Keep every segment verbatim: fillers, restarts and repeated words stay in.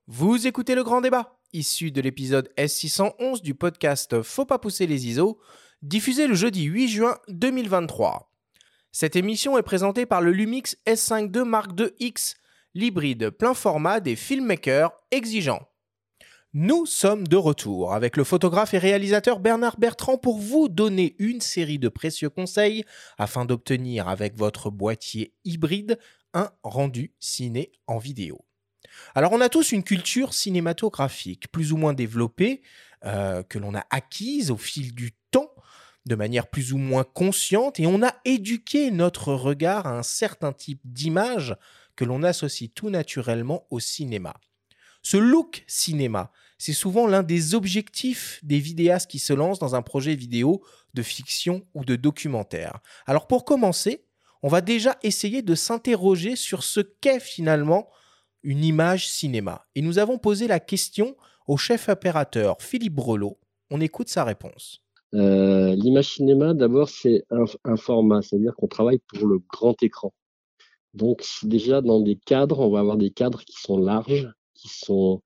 Vous écoutez Le Grand Débat, issu de l'épisode S six cent onze du podcast Faut pas pousser les I S O, diffusé le jeudi huit juin deux mille vingt-trois. Cette émission est présentée par le Lumix S cinq deux Mark deux X, l'hybride plein format des filmmakers exigeants. Nous sommes de retour avec le photographe et réalisateur Bernard Bertrand pour vous donner une série de précieux conseils afin d'obtenir avec votre boîtier hybride un rendu ciné en vidéo. Alors on a tous une culture cinématographique plus ou moins développée, euh, que l'on a acquise au fil du temps, de manière plus ou moins consciente, et on a éduqué notre regard à un certain type d'image que l'on associe tout naturellement au cinéma. Ce look cinéma, c'est souvent l'un des objectifs des vidéastes qui se lancent dans un projet vidéo de fiction ou de documentaire. Alors pour commencer, on va déjà essayer de s'interroger sur ce qu'est finalement une image cinéma. Et nous avons posé la question au chef opérateur Philippe Brelot. On écoute sa réponse. Euh, l'image cinéma, d'abord, c'est un, un format, c'est-à-dire qu'on travaille pour le grand écran. Donc, déjà, dans des cadres, on va avoir des cadres qui sont larges, qui sont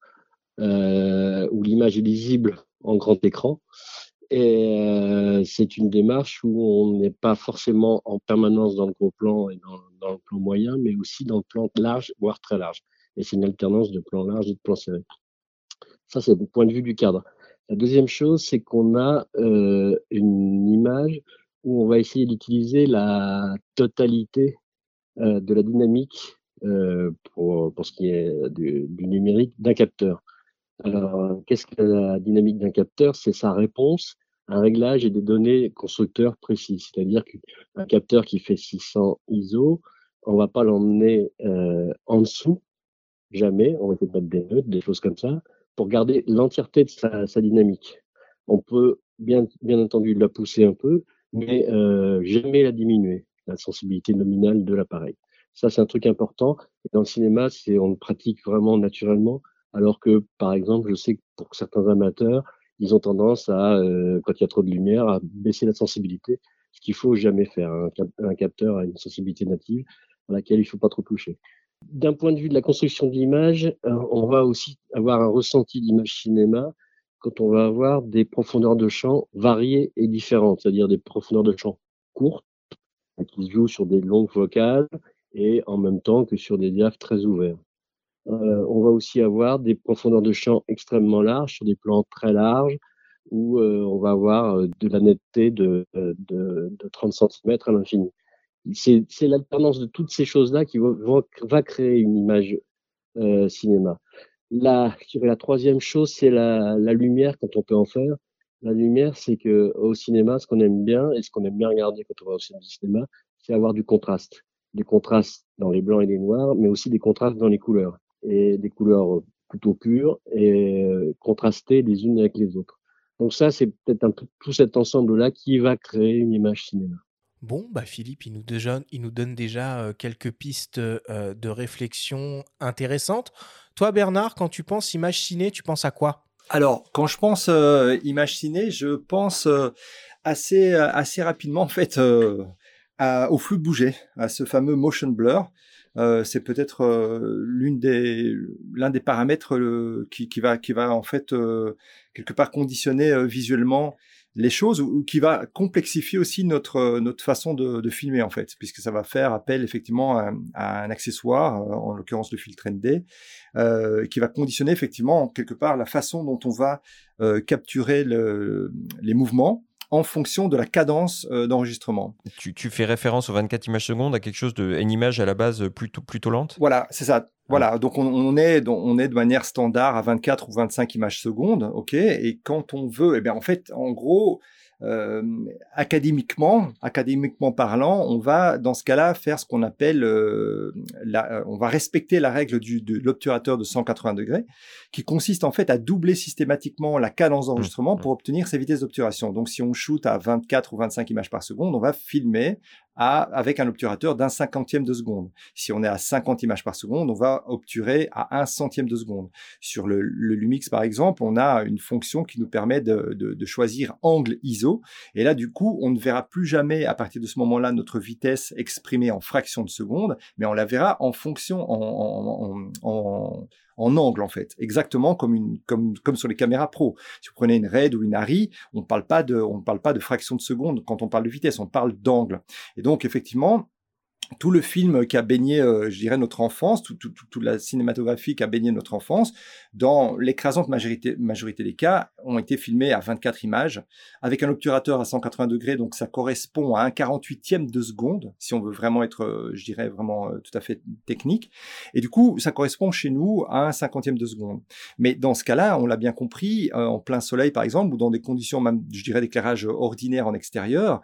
euh, où l'image est lisible en grand écran. Et euh, c'est une démarche où on n'est pas forcément en permanence dans le gros plan et dans, dans le plan moyen, mais aussi dans le plan large, voire très large. Et c'est une alternance de plan large et de plan serré. Ça, c'est le point de vue du cadre. La deuxième chose, c'est qu'on a euh, une image où on va essayer d'utiliser la totalité euh, de la dynamique euh, pour, pour ce qui est du, du numérique d'un capteur. Alors, qu'est-ce que la dynamique d'un capteur? C'est sa réponse à un réglage et des données constructeurs précis. C'est-à-dire qu'un capteur qui fait six cents I S O, on ne va pas l'emmener euh, en dessous, jamais. On va essayer de mettre des neutres, des choses comme ça, pour garder l'entièreté de sa, sa dynamique. On peut bien, bien entendu la pousser un peu, mais euh, jamais la diminuer, la sensibilité nominale de l'appareil. Ça, c'est un truc important. Et dans le cinéma, c'est, on le pratique vraiment naturellement, alors que, par exemple, je sais que pour certains amateurs, ils ont tendance à, euh, quand il y a trop de lumière, à baisser la sensibilité, ce qu'il faut jamais faire. Un, cap- un capteur a une sensibilité native à laquelle il ne faut pas trop toucher. D'un point de vue de la construction de l'image, euh, on va aussi avoir un ressenti d'image cinéma quand on va avoir des profondeurs de champ variées et différentes, c'est-à-dire des profondeurs de champ courtes qui se jouent sur des longues focales et en même temps que sur des diaphes très ouverts. Euh, on va aussi avoir des profondeurs de champ extrêmement larges sur des plans très larges où euh, on va avoir euh, de la netteté de, de, de trente centimètres à l'infini. C'est, c'est l'alternance de toutes ces choses-là qui va, va créer une image euh, cinéma. La, je dirais la troisième chose, c'est la, la lumière quand on peut en faire. La lumière, c'est que au cinéma, ce qu'on aime bien et ce qu'on aime bien regarder quand on va au cinéma, c'est avoir du contraste. Des contrastes dans les blancs et les noirs, mais aussi des contrastes dans les couleurs. Et des couleurs plutôt pures et euh, contrastées les unes avec les autres. Donc ça, c'est peut-être un peu tout cet ensemble-là qui va créer une image cinéma. Bon, bah Philippe, il nous, déjà, il nous donne déjà euh, quelques pistes euh, de réflexion intéressantes. Toi, Bernard, quand tu penses image ciné, tu penses à quoi? Alors, quand je pense euh, image ciné, je pense euh, assez euh, assez rapidement en fait euh, à- au flou de bouger, à ce fameux motion blur. Euh, c'est peut-être euh, l'une des l'un des paramètres euh, qui, qui va qui va en fait euh, quelque part conditionner euh, visuellement les choses ou, ou qui va complexifier aussi notre euh, notre façon de, de filmer en fait, puisque ça va faire appel effectivement à, à un accessoire, euh, en l'occurrence le filtre N D, euh, qui va conditionner effectivement quelque part la façon dont on va euh, capturer le, les mouvements en fonction de la cadence euh, d'enregistrement. Tu, tu fais référence aux vingt-quatre images secondes à quelque chose de une image à la base plutôt plutôt lente. Voilà, c'est ça. Voilà, donc on, on est on est de manière standard à vingt-quatre ou vingt-cinq images secondes, ok. Et quand on veut, eh bien en fait, en gros, euh, académiquement, académiquement parlant, on va dans ce cas-là faire ce qu'on appelle, euh, la, on va respecter la règle du, de l'obturateur de cent quatre-vingts degrés, qui consiste en fait à doubler systématiquement la cadence d'enregistrement Mmh. pour obtenir ces vitesses d'obturation. Donc si on shoot à vingt-quatre ou vingt-cinq images par seconde, on va filmer à, avec un obturateur d'un cinquantième de seconde. Si on est à cinquante images par seconde, on va obturer à un centième de seconde. Sur le, le Lumix, par exemple, on a une fonction qui nous permet de, de, de choisir angle I S O. Et là, du coup, on ne verra plus jamais, à partir de ce moment-là, notre vitesse exprimée en fractions de seconde, mais on la verra en fonction, en, en, en, en en angle en fait, exactement comme une comme comme sur les caméras pro. Si vous prenez une Red ou une Arri, on ne parle pas de on ne parle pas de fraction de seconde quand on parle de vitesse, on parle d'angle. Et donc effectivement, tout le film qui a baigné, euh, je dirais, notre enfance, toute tout, tout, tout la cinématographie qui a baigné notre enfance, dans l'écrasante majorité, majorité des cas, ont été filmés à vingt-quatre images, avec un obturateur à cent quatre-vingts degrés, donc ça correspond à un quarante-huitième de seconde, si on veut vraiment être, euh, je dirais, vraiment euh, tout à fait technique. Et du coup, ça correspond chez nous à un cinquantième de seconde. Mais dans ce cas-là, on l'a bien compris, euh, en plein soleil, par exemple, ou dans des conditions même, je dirais, d'éclairage ordinaire en extérieur,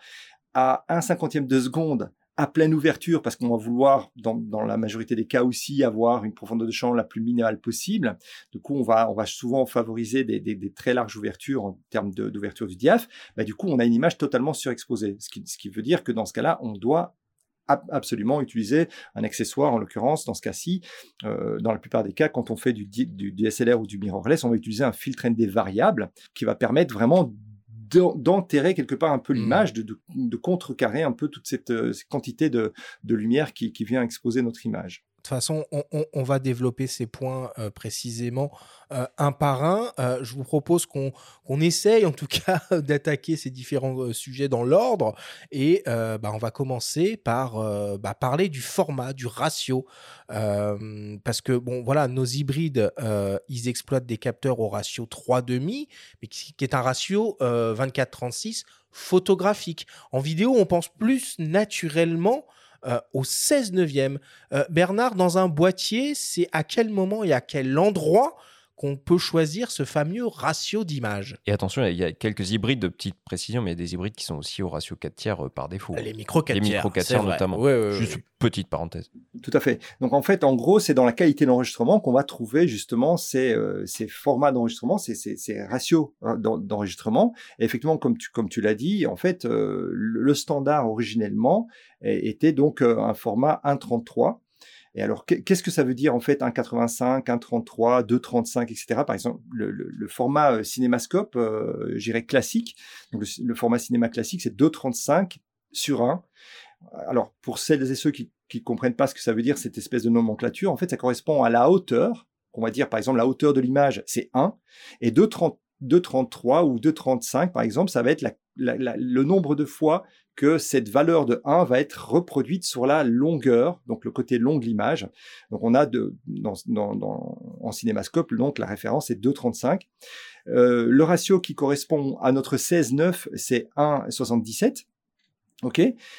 à un cinquantième de seconde, à pleine ouverture, parce qu'on va vouloir, dans, dans la majorité des cas aussi, avoir une profondeur de champ la plus minimale possible. Du coup, on va, on va souvent favoriser des, des, des très larges ouvertures en termes de, d'ouverture du diaph. Bah, du coup, on a une image totalement surexposée, ce qui, ce qui veut dire que dans ce cas-là, on doit ab- absolument utiliser un accessoire, en l'occurrence, dans ce cas-ci, euh, dans la plupart des cas, quand on fait du, du D S L R ou du mirrorless, on va utiliser un filtre N D variable qui va permettre vraiment d'enterrer quelque part un peu l'image, de, de, de contrecarrer un peu toute cette, euh, cette quantité de, de lumière qui, qui vient exposer notre image. De toute façon, on, on, on va développer ces points euh, précisément euh, un par un. Euh, je vous propose qu'on qu'on essaye en tout cas d'attaquer ces différents euh, sujets dans l'ordre. Et euh, bah, on va commencer par euh, bah, parler du format, du ratio. Euh, parce que bon, voilà, nos hybrides, euh, ils exploitent des capteurs au ratio trois virgule cinq, mais qui, qui est un ratio euh, vingt-quatre trente-six photographique. En vidéo, on pense plus naturellement Euh, au seize neuvième. Euh, Bernard, dans un boîtier, c'est à quel moment et à quel endroit qu'on peut choisir ce fameux ratio d'image? Et attention, il y a quelques hybrides de petite précision, mais il y a des hybrides qui sont aussi au ratio quatre tiers euh, par défaut. Les micro quatre Les tiers. micro quatre tiers notamment. Ouais, ouais, Juste ouais. petite parenthèse. Tout à fait. Donc en fait, en gros, c'est dans la qualité d'enregistrement qu'on va trouver justement ces, euh, ces formats d'enregistrement, ces, ces, ces ratios hein, d'enregistrement. Et effectivement, comme tu, comme tu l'as dit, en fait, euh, le standard originellement était donc euh, un format un trente-trois. Et alors, qu'est-ce que ça veut dire en fait un quatre-vingt-cinq, un trente-trois, deux trente-cinq, et cetera. Par exemple, le, le, le format euh, cinémascope, euh, je dirais classique. Donc le, le format cinéma classique, c'est deux trente-cinq sur un. Alors, pour celles et ceux qui ne comprennent pas ce que ça veut dire, cette espèce de nomenclature, en fait, ça correspond à la hauteur. On va dire, par exemple, la hauteur de l'image, c'est un. Et deux trente-trois ou deux trente-cinq, par exemple, ça va être la, la, la, le nombre de fois que cette valeur de un va être reproduite sur la longueur, donc le côté long de l'image. Donc, on a de, dans, dans, dans, en cinémascope, donc la référence est deux trente-cinq. Euh, le ratio qui correspond à notre seize neuf, c'est un virgule soixante-dix-sept. OK.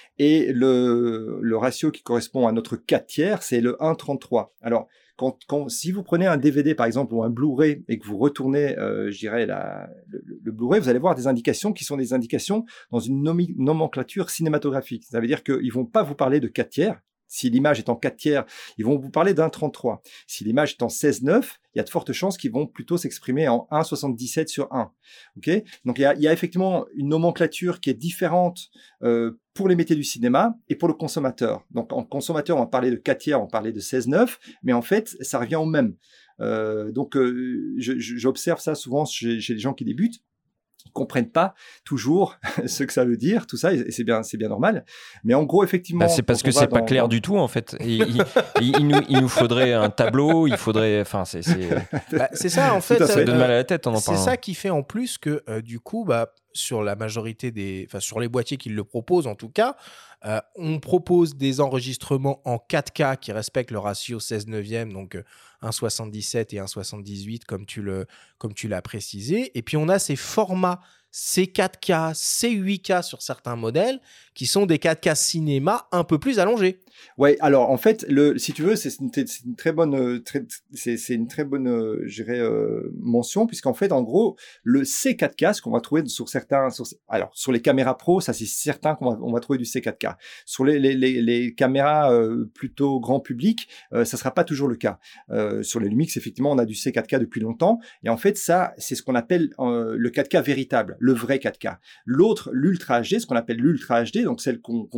Et le, le ratio qui correspond à notre quatre tiers, c'est le un virgule trente-trois. Alors, quand, quand, si vous prenez un D V D, par exemple, ou un Blu-ray, et que vous retournez, euh, je dirais, la, le, le Blu-ray, vous allez voir des indications qui sont des indications dans une nomi- nomenclature cinématographique. Ça veut dire qu'ils ne vont pas vous parler de quatre tiers. Si l'image est en quatre tiers, ils vont vous parler d'un trente-trois. Si l'image est en seize neuf, il y a de fortes chances qu'ils vont plutôt s'exprimer en un virgule soixante-dix-sept sur un. Okay. Donc il y, a, il y a effectivement une nomenclature qui est différente euh, pour les métiers du cinéma et pour le consommateur. Donc en consommateur, on va parler de quatre tiers, on va parler de seize neuf, mais en fait, ça revient au même. Euh, donc euh, je, j'observe ça souvent chez, chez les gens qui débutent. Ils comprennent pas toujours ce que ça veut dire, tout ça, et c'est bien, c'est bien normal. Mais en gros, effectivement, bah c'est parce que c'est pas dans, clair dans... du tout en fait. Il, il, il, il, nous, il nous faudrait un tableau, il faudrait, enfin, c'est, c'est... Bah, c'est ça en fait. Ça euh, donne mal à la tête en en parlant. parlant. C'est ça qui fait en plus que euh, du coup, bah, sur la majorité des, enfin, sur les boîtiers qui le proposent en tout cas, euh, on propose des enregistrements en quatre K qui respectent le ratio seize neuvième, donc euh, un virgule soixante-dix-sept et un virgule soixante-dix-huit comme tu le, comme tu l'as précisé. Et puis on a ces formats C quatre K, C huit K sur certains modèles qui sont des quatre K cinéma un peu plus allongés. Ouais, alors en fait, le, si tu veux, c'est une, c'est une très bonne, très, c'est, c'est une très bonne, je dirais, euh, mention, puisqu'en fait, en gros, le C quatre K, ce qu'on va trouver sur certains, sur, alors sur les caméras pro, ça c'est certain qu'on va, on va trouver du C quatre K. Sur les, les, les, les caméras euh, plutôt grand public, euh, ça sera pas toujours le cas. Euh, sur les Lumix, effectivement, on a du C quatre K depuis longtemps, et en fait, ça, c'est ce qu'on appelle euh, le quatre K véritable, le vrai quatre K. L'autre, l'Ultra H D, ce qu'on appelle l'Ultra H D, donc celle qu'on, qu'on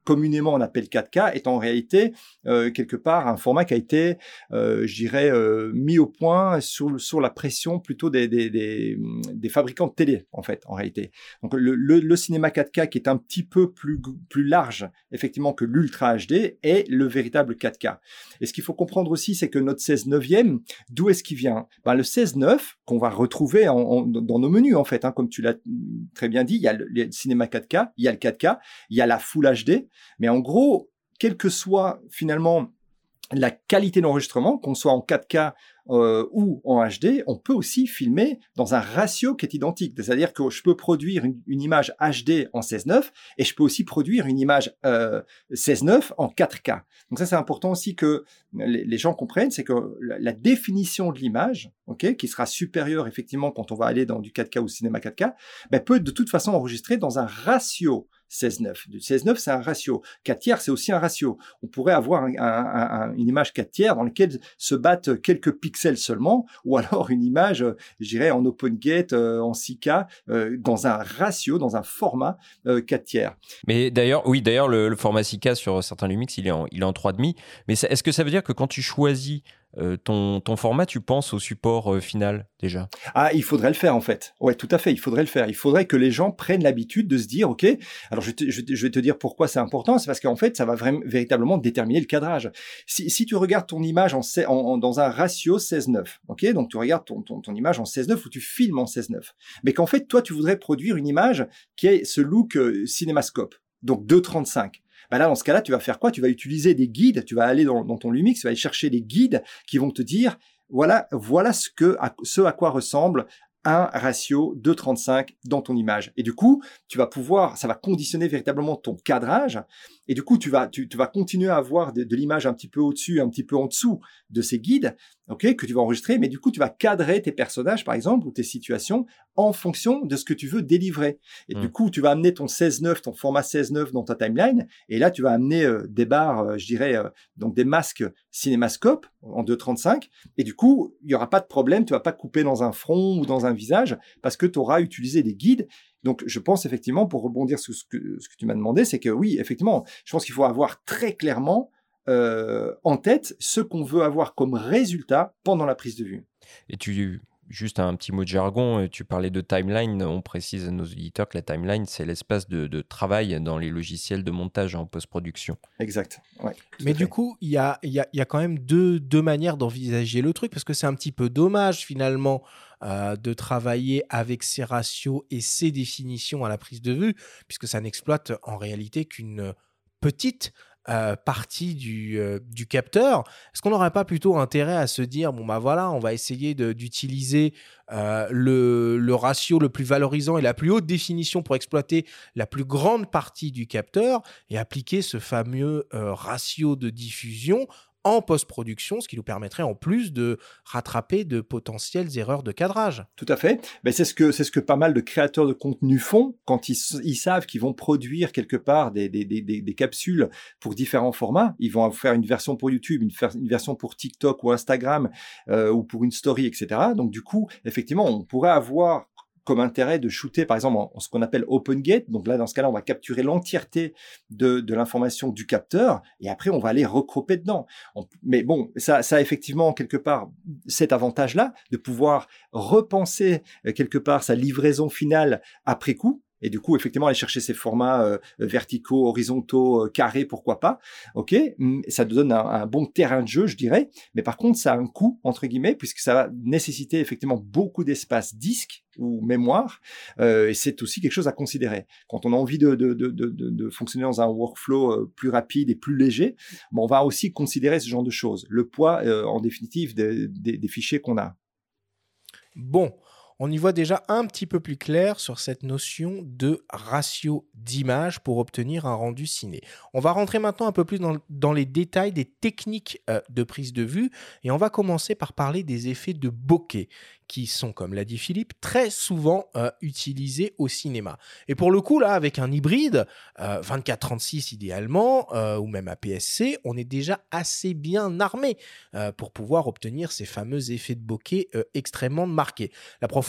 communément on appelle quatre K est en réalité euh, quelque part un format qui a été, euh, je dirais, euh, mis au point sur, sur la pression plutôt des, des, des, des fabricants de télé, en fait, en réalité. Donc le, le, le cinéma quatre K qui est un petit peu plus, plus large, effectivement, que l'Ultra H D est le véritable quatre K. Et ce qu'il faut comprendre aussi, c'est que notre seize neuvième, d'où est-ce qu'il vient? Ben, le seize neuf, qu'on va retrouver en, en, dans nos menus, en fait, hein, comme tu l'as très bien dit, il y a le, le cinéma quatre K, il y a le quatre K, il y a la Full H D, mais en gros, quel que soit finalement la qualité d'enregistrement, qu'on soit en quatre K euh, ou en H D, on peut aussi filmer dans un ratio qui est identique. C'est-à-dire que je peux produire une, une image H D en seize neuf et je peux aussi produire une image euh, seize neuf en quatre K. Donc ça, c'est important aussi que les, les gens comprennent, c'est que la, la définition de l'image, ok, qui sera supérieure effectivement quand on va aller dans du quatre K ou cinéma quatre K, ben, peut de toute façon enregistrer dans un ratio seize neuf. Du seize neuf, c'est un ratio. quatre tiers, c'est aussi un ratio. On pourrait avoir un, un, un, une image quatre tiers dans laquelle se battent quelques pixels seulement, ou alors une image, je dirais, en OpenGate, euh, en six K, euh, dans un ratio, dans un format euh, quatre tiers. Mais d'ailleurs, oui, d'ailleurs, le, le format six K sur certains Lumix, il est en, il est en trois virgule cinq. Mais ça, est-ce que ça veut dire que quand tu choisis Euh, ton, ton format, tu penses au support euh, final déjà? Ah, il faudrait le faire en fait. Ouais, tout à fait, il faudrait le faire. Il faudrait que les gens prennent l'habitude de se dire, ok, alors je, te, je, je vais te dire pourquoi c'est important, c'est parce qu'en fait, ça va vraiment, véritablement déterminer le cadrage. Si, si tu regardes ton image en, en, en, dans un ratio seize neuf, ok, donc tu regardes ton, ton, ton image en seize neuf ou tu filmes en seize neuf, mais qu'en fait, toi, tu voudrais produire une image qui ait ce look euh, cinémascope, donc deux trente-cinq. Ben là, dans ce cas-là, tu vas faire quoi? Tu vas utiliser des guides, tu vas aller dans, dans ton Lumix, tu vas aller chercher des guides qui vont te dire, voilà, voilà ce que, à, ce à quoi ressemble un ratio deux trente-cinq dans ton image. Et du coup, tu vas pouvoir, ça va conditionner véritablement ton cadrage. Et du coup, tu vas, tu, tu vas continuer à avoir de, de l'image un petit peu au-dessus, un petit peu en dessous de ces guides, ok, que tu vas enregistrer. Mais du coup, tu vas cadrer tes personnages, par exemple, ou tes situations en fonction de ce que tu veux délivrer. Et mmh. du coup, tu vas amener ton seize neuf, ton format seize neuf dans ta timeline. Et là, tu vas amener euh, des barres, euh, je dirais, euh, donc des masques cinémascope en deux trente-cinq. Et du coup, il n'y aura pas de problème. Tu vas pas couper dans un front ou dans un visage parce que tu auras utilisé des guides. Donc, je pense effectivement, pour rebondir sur ce que, ce que tu m'as demandé, c'est que oui, effectivement, je pense qu'il faut avoir très clairement euh, en tête ce qu'on veut avoir comme résultat pendant la prise de vue. Et tu, juste un petit mot de jargon, tu parlais de timeline, on précise à nos auditeurs que la timeline, c'est l'espace de, de travail dans les logiciels de montage en post-production. Exact, ouais. Mais du coup, il y a, y, a, y a quand même deux, deux manières d'envisager le truc, parce que c'est un petit peu dommage finalement euh, de travailler avec ces ratios et ces définitions à la prise de vue, puisque ça n'exploite en réalité qu'une petite Euh, partie du, euh, du capteur. Est-ce qu'on n'aurait pas plutôt intérêt à se dire, bon bah voilà, on va essayer de, d'utiliser euh, le, le ratio le plus valorisant et la plus haute définition pour exploiter la plus grande partie du capteur et appliquer ce fameux euh, ratio de diffusion en post-production, ce qui nous permettrait en plus de rattraper de potentielles erreurs de cadrage. Tout à fait. Ben, c'est ce que, c'est ce que pas mal de créateurs de contenu font quand ils, ils savent qu'ils vont produire quelque part des, des, des, des capsules pour différents formats. Ils vont faire une version pour YouTube, une, une version pour TikTok ou Instagram euh, ou pour une story, et cetera. Donc, du coup, effectivement, on pourrait avoir comme intérêt de shooter, par exemple, en, en ce qu'on appelle OpenGate. Donc là, dans ce cas-là, on va capturer l'entièreté de, de l'information du capteur et après, on va aller recroper dedans. On, mais bon, ça, ça a effectivement, quelque part, cet avantage-là de pouvoir repenser, euh, quelque part, sa livraison finale après coup. Et du coup, effectivement, aller chercher ces formats euh, verticaux, horizontaux, euh, carrés, pourquoi pas. Ok, ça te donne un, un bon terrain de jeu, je dirais. Mais par contre, ça a un coût, entre guillemets, puisque ça va nécessiter effectivement beaucoup d'espace disque ou mémoire. Euh, et c'est aussi quelque chose à considérer. Quand on a envie de, de, de, de, de fonctionner dans un workflow euh, plus rapide et plus léger, bon, on va aussi considérer ce genre de choses. Le poids, euh, en définitive, des, des, des fichiers qu'on a. Bon. On y voit déjà un petit peu plus clair sur cette notion de ratio d'image pour obtenir un rendu ciné. On va rentrer maintenant un peu plus dans, dans les détails des techniques euh, de prise de vue et on va commencer par parler des effets de bokeh qui sont, comme l'a dit Philippe, très souvent euh, utilisés au cinéma. Et pour le coup, là, avec un hybride, euh, vingt-quatre trente-six idéalement, euh, ou même A P S C, on est déjà assez bien armé euh, pour pouvoir obtenir ces fameux effets de bokeh euh, extrêmement marqués. La prof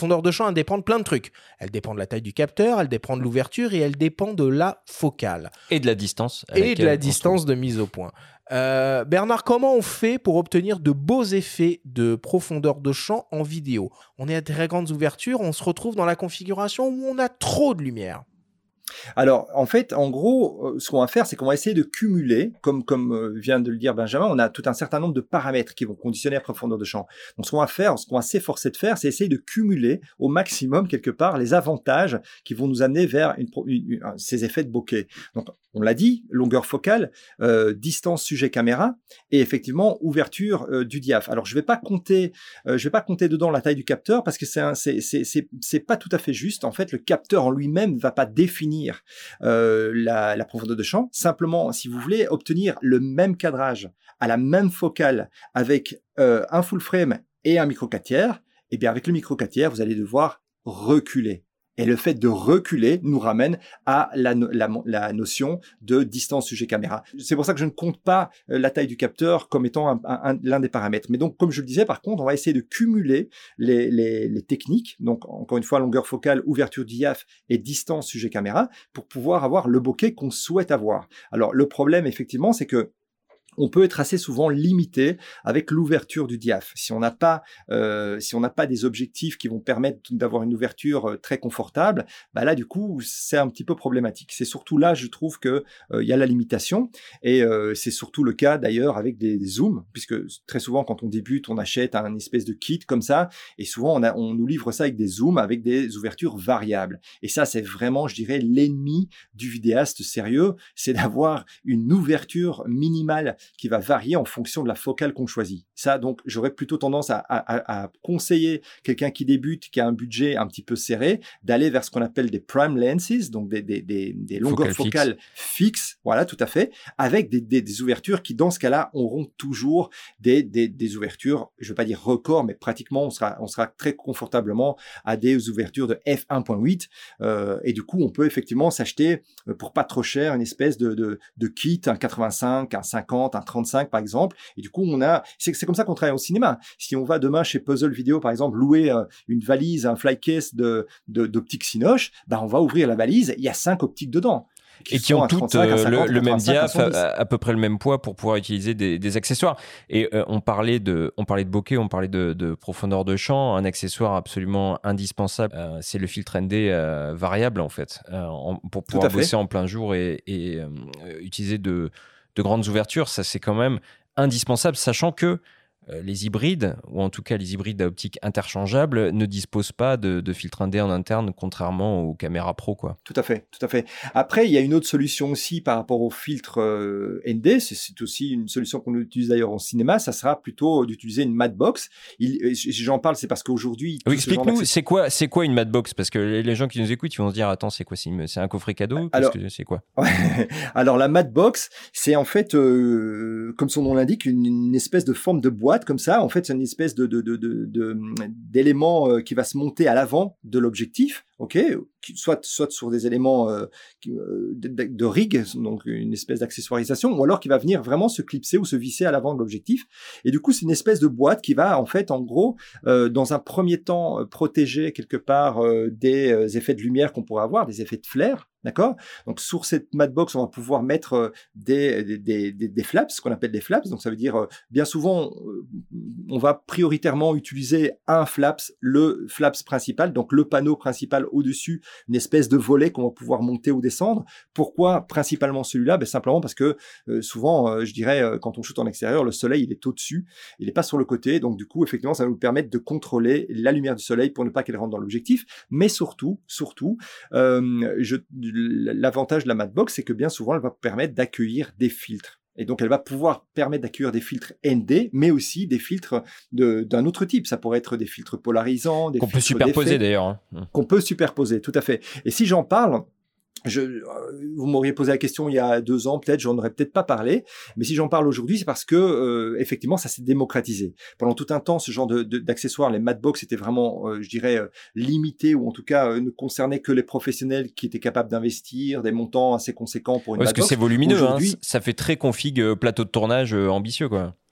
profondeur de champ, elle dépend de plein de trucs. Elle dépend de la taille du capteur, elle dépend de l'ouverture et elle dépend de la focale. Et de la distance. Et de la distance de mise au point. Euh, Bernard, comment on fait pour obtenir de beaux effets de profondeur de champ en vidéo ? On est à très grandes ouvertures, on se retrouve dans la configuration où on a trop de lumière. Alors, en fait, en gros, ce qu'on va faire, c'est qu'on va essayer de cumuler, comme, comme vient de le dire Benjamin, on a tout un certain nombre de paramètres qui vont conditionner la profondeur de champ. Donc, ce qu'on va faire, ce qu'on va s'efforcer de faire, c'est essayer de cumuler au maximum, quelque part, les avantages qui vont nous amener vers une, une, une, ces effets de bokeh. Donc, on l'a dit, longueur focale, euh, distance sujet-caméra et effectivement ouverture euh, du diaph. Alors je vais pas compter, euh, je vais pas compter dedans la taille du capteur parce que c'est un, c'est c'est c'est c'est pas tout à fait juste. En fait, le capteur en lui-même va pas définir euh, la, la profondeur de champ. Simplement, si vous voulez obtenir le même cadrage à la même focale avec euh, un full frame et un micro quatre tiers, et bien avec le micro quatre tiers, vous allez devoir reculer. Et le fait de reculer nous ramène à la, no- la, la notion de distance sujet-caméra. C'est pour ça que je ne compte pas la taille du capteur comme étant un, un, un, l'un des paramètres. Mais donc, comme je le disais, par contre, on va essayer de cumuler les, les, les techniques. Donc, encore une fois, longueur focale, ouverture diaph et distance sujet-caméra pour pouvoir avoir le bokeh qu'on souhaite avoir. Alors, le problème, effectivement, c'est que on peut être assez souvent limité avec l'ouverture du diaph. Si on n'a pas, euh, si on n'a pas des objectifs qui vont permettre d'avoir une ouverture euh, très confortable, bah là du coup c'est un petit peu problématique. C'est surtout là, je trouve que euh, il y a la limitation et euh, c'est surtout le cas d'ailleurs avec des, des zooms, puisque très souvent quand on débute, on achète un espèce de kit comme ça et souvent on, a, on nous livre ça avec des zooms, avec des ouvertures variables. Et ça c'est vraiment, je dirais, l'ennemi du vidéaste sérieux, c'est d'avoir une ouverture minimale qui va varier en fonction de la focale qu'on choisit. Ça, donc, j'aurais plutôt tendance à, à, à conseiller quelqu'un qui débute, qui a un budget un petit peu serré, d'aller vers ce qu'on appelle des prime lenses, donc des, des, des, des longueurs Focal focales fixe. fixes, voilà, tout à fait, avec des, des, des ouvertures qui, dans ce cas-là, auront toujours des, des, des ouvertures, je ne veux pas dire record, mais pratiquement, on sera, on sera très confortablement à des ouvertures de f un point huit, euh, et du coup, on peut effectivement s'acheter, pour pas trop cher, une espèce de, de, de kit, un quatre-vingt-cinq, un cinquante, un trente-cinq par exemple, et du coup on a, c'est, c'est comme ça qu'on travaille au cinéma. Si on va demain chez Puzzle Video par exemple louer euh, une valise, un fly case de, de d'optiques Cinoche, bah on va ouvrir la valise, il y a cinq optiques dedans. Qui et qui ont toutes euh, cinquante, le, le même diaph, à, à peu près le même poids pour pouvoir utiliser des, des accessoires. Et euh, on parlait de, on parlait de bokeh, on parlait de, de profondeur de champ. Un accessoire absolument indispensable, euh, c'est le filtre N D euh, variable en fait, euh, en, pour pouvoir bosser en plein jour et, et euh, utiliser de de grandes ouvertures. Ça c'est quand même indispensable, sachant que Euh, les hybrides, ou en tout cas les hybrides à optique interchangeable, ne disposent pas de, de filtre N D en interne, contrairement aux caméras pro, quoi. Tout à fait, tout à fait. Après, il y a une autre solution aussi par rapport au filtre euh, N D. C'est, c'est aussi une solution qu'on utilise d'ailleurs en cinéma. Ça sera plutôt d'utiliser une Madbox. Il, j'en parle, c'est parce qu'aujourd'hui... Oui, explique-nous, c'est quoi, c'est quoi une Madbox ? Parce que les gens qui nous écoutent, ils vont se dire, attends, c'est quoi ? C'est, c'est un coffret cadeau ? Alors, que c'est quoi ? Alors, la Madbox, c'est en fait, euh, comme son nom l'indique, une, une espèce de forme de boîte comme ça. En fait, c'est une espèce de, de, de, de, de, d'élément euh, qui va se monter à l'avant de l'objectif. Ok, soit soit sur des éléments euh, de, de, de rig, donc une espèce d'accessoirisation, ou alors qui va venir vraiment se clipser ou se visser à l'avant de l'objectif. Et du coup, c'est une espèce de boîte qui va en fait, en gros, euh, dans un premier temps, euh, protéger quelque part euh, des euh, effets de lumière qu'on pourrait avoir, des effets de flair. D'accord ? Donc, sur cette Madbox, on va pouvoir mettre euh, des, des, des, des flaps, ce qu'on appelle des flaps. Donc, ça veut dire, euh, bien souvent, euh, on va prioritairement utiliser un flaps, le flaps principal, donc le panneau principal au-dessus, une espèce de volet qu'on va pouvoir monter ou descendre. Pourquoi principalement celui-là ? Ben, simplement parce que euh, souvent, euh, je dirais, euh, quand on shoot en extérieur, le soleil, il est au-dessus, il n'est pas sur le côté. Donc, du coup, effectivement, ça va nous permettre de contrôler la lumière du soleil pour ne pas qu'elle rentre dans l'objectif. Mais surtout, surtout, euh, je l'avantage de la Madbox, c'est que bien souvent, elle va permettre d'accueillir des filtres. Et donc, elle va pouvoir permettre d'accueillir des filtres N D, mais aussi des filtres de, d'un autre type. Ça pourrait être des filtres polarisants, des qu'on filtres peut superposer d'effet, d'ailleurs. Hein. Qu'on peut superposer, tout à fait. Et si j'en parle, je, vous m'auriez posé la question il y a deux ans, peut-être, j'en aurais peut-être pas parlé. Mais si j'en parle aujourd'hui, c'est parce que euh, effectivement, ça s'est démocratisé. Pendant tout un temps, ce genre de, de, d'accessoires, les Madbox étaient vraiment, euh, je dirais, euh, limités ou en tout cas euh, ne concernaient que les professionnels qui étaient capables d'investir des montants assez conséquents pour une ouais, Madbox. Parce que c'est volumineux, hein, aujourd'hui, ça fait très config euh, plateau de tournage euh, ambitieux, quoi.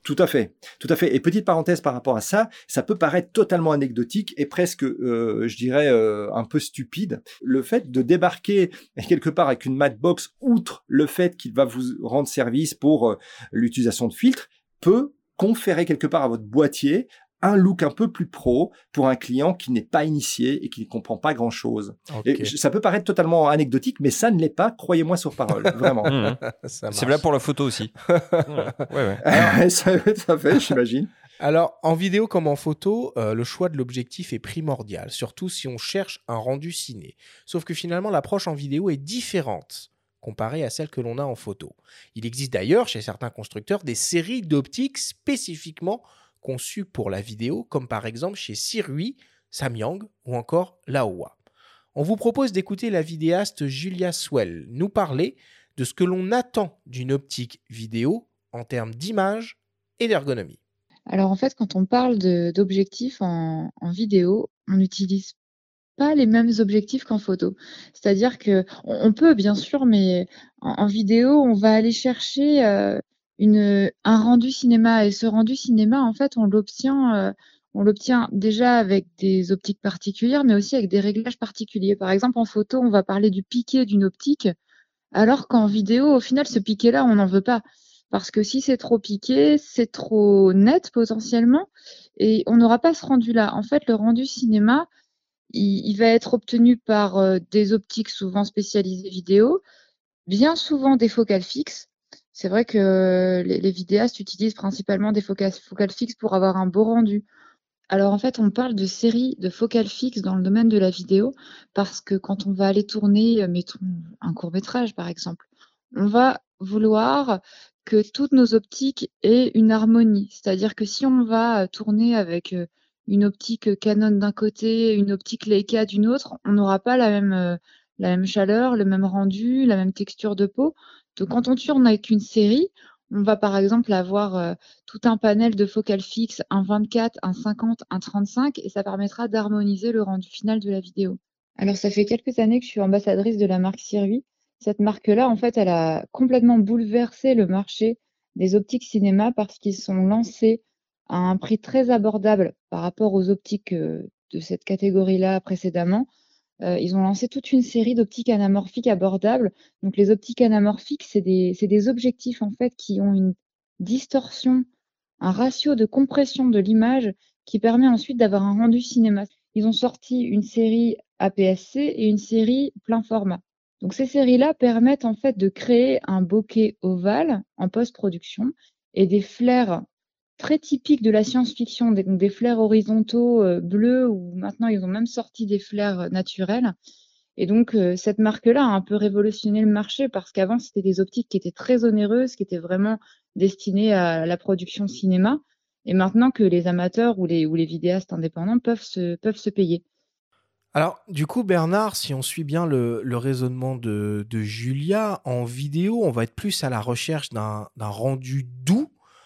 Tout à fait, tout à fait. Et petite parenthèse par rapport à ça, ça peut paraître totalement anecdotique et presque, euh, je dirais, euh, un peu stupide. Le fait de débarquer quelque part avec une Matchbox, outre le fait qu'il va vous rendre service pour euh, l'utilisation de filtres, peut conférer quelque part à votre boîtier un look un peu plus pro pour un client qui n'est pas initié et qui ne comprend pas grand-chose. Okay. Et ça peut paraître totalement anecdotique, mais ça ne l'est pas, croyez-moi sur parole, vraiment. Mmh. C'est là pour la photo aussi. ouais, ouais. Alors, ça, ça fait, j'imagine. Alors, en vidéo comme en photo, euh, le choix de l'objectif est primordial, surtout si on cherche un rendu ciné. Sauf que finalement, l'approche en vidéo est différente comparée à celle que l'on a en photo. Il existe d'ailleurs, chez certains constructeurs, des séries d'optiques spécifiquement conçues pour la vidéo, comme par exemple chez Sirui, Samyang ou encore Laowa. On vous propose d'écouter la vidéaste Julia Swell nous parler de ce que l'on attend d'une optique vidéo en termes d'image et d'ergonomie. Alors en fait, quand on parle de, d'objectifs en, en vidéo, on n'utilise pas les mêmes objectifs qu'en photo. C'est-à-dire que on, on peut bien sûr, mais en, en vidéo, on va aller chercher euh, une, un rendu cinéma. Et ce rendu cinéma, en fait, on l'obtient, euh, on l'obtient déjà avec des optiques particulières, mais aussi avec des réglages particuliers. Par exemple, en photo, on va parler du piqué d'une optique, alors qu'en vidéo, au final, ce piqué-là, on n'en veut pas. Parce que si c'est trop piqué, c'est trop net potentiellement, et on n'aura pas ce rendu-là. En fait, le rendu cinéma, il, il va être obtenu par euh, des optiques souvent spécialisées vidéo, bien souvent des focales fixes. C'est vrai que les, les vidéastes utilisent principalement des focales, focales fixes pour avoir un beau rendu. Alors en fait, on parle de séries de focales fixes dans le domaine de la vidéo parce que quand on va aller tourner, mettons, un court-métrage par exemple, on va vouloir que toutes nos optiques aient une harmonie. C'est-à-dire que si on va tourner avec une optique Canon d'un côté, une optique Leica d'une autre, on n'aura pas la même, la même chaleur, le même rendu, la même texture de peau. Donc quand on tourne avec une série, on va par exemple avoir euh, tout un panel de focales fixes, un vingt-quatre, un cinquante, un trente-cinq, et ça permettra d'harmoniser le rendu final de la vidéo. Alors ça fait quelques années que je suis ambassadrice de la marque Sirui. Cette marque-là, en fait, elle a complètement bouleversé le marché des optiques cinéma parce qu'ils sont lancés à un prix très abordable par rapport aux optiques euh, de cette catégorie-là précédemment. Euh, ils ont lancé toute une série d'optiques anamorphiques abordables. Donc, les optiques anamorphiques, c'est des, c'est des objectifs en fait qui ont une distorsion, un ratio de compression de l'image qui permet ensuite d'avoir un rendu cinéma. Ils ont sorti une série A P S C et une série plein format. Donc, ces séries-là permettent en fait de créer un bokeh ovale en post-production et des flares très typiques de la science-fiction, des, des flares horizontaux euh, bleus, ou maintenant ils ont même sorti des flares naturels. Et donc euh, cette marque-là a un peu révolutionné le marché parce qu'avant c'était des optiques qui étaient très onéreuses, qui étaient vraiment destinées à la production cinéma. Et maintenant que les amateurs ou les, ou les vidéastes indépendants peuvent se, peuvent se payer. Alors, du coup, Bernard, si on suit bien le, le raisonnement de, de Julia, en vidéo, on va être plus à la recherche d'un, d'un rendu doux,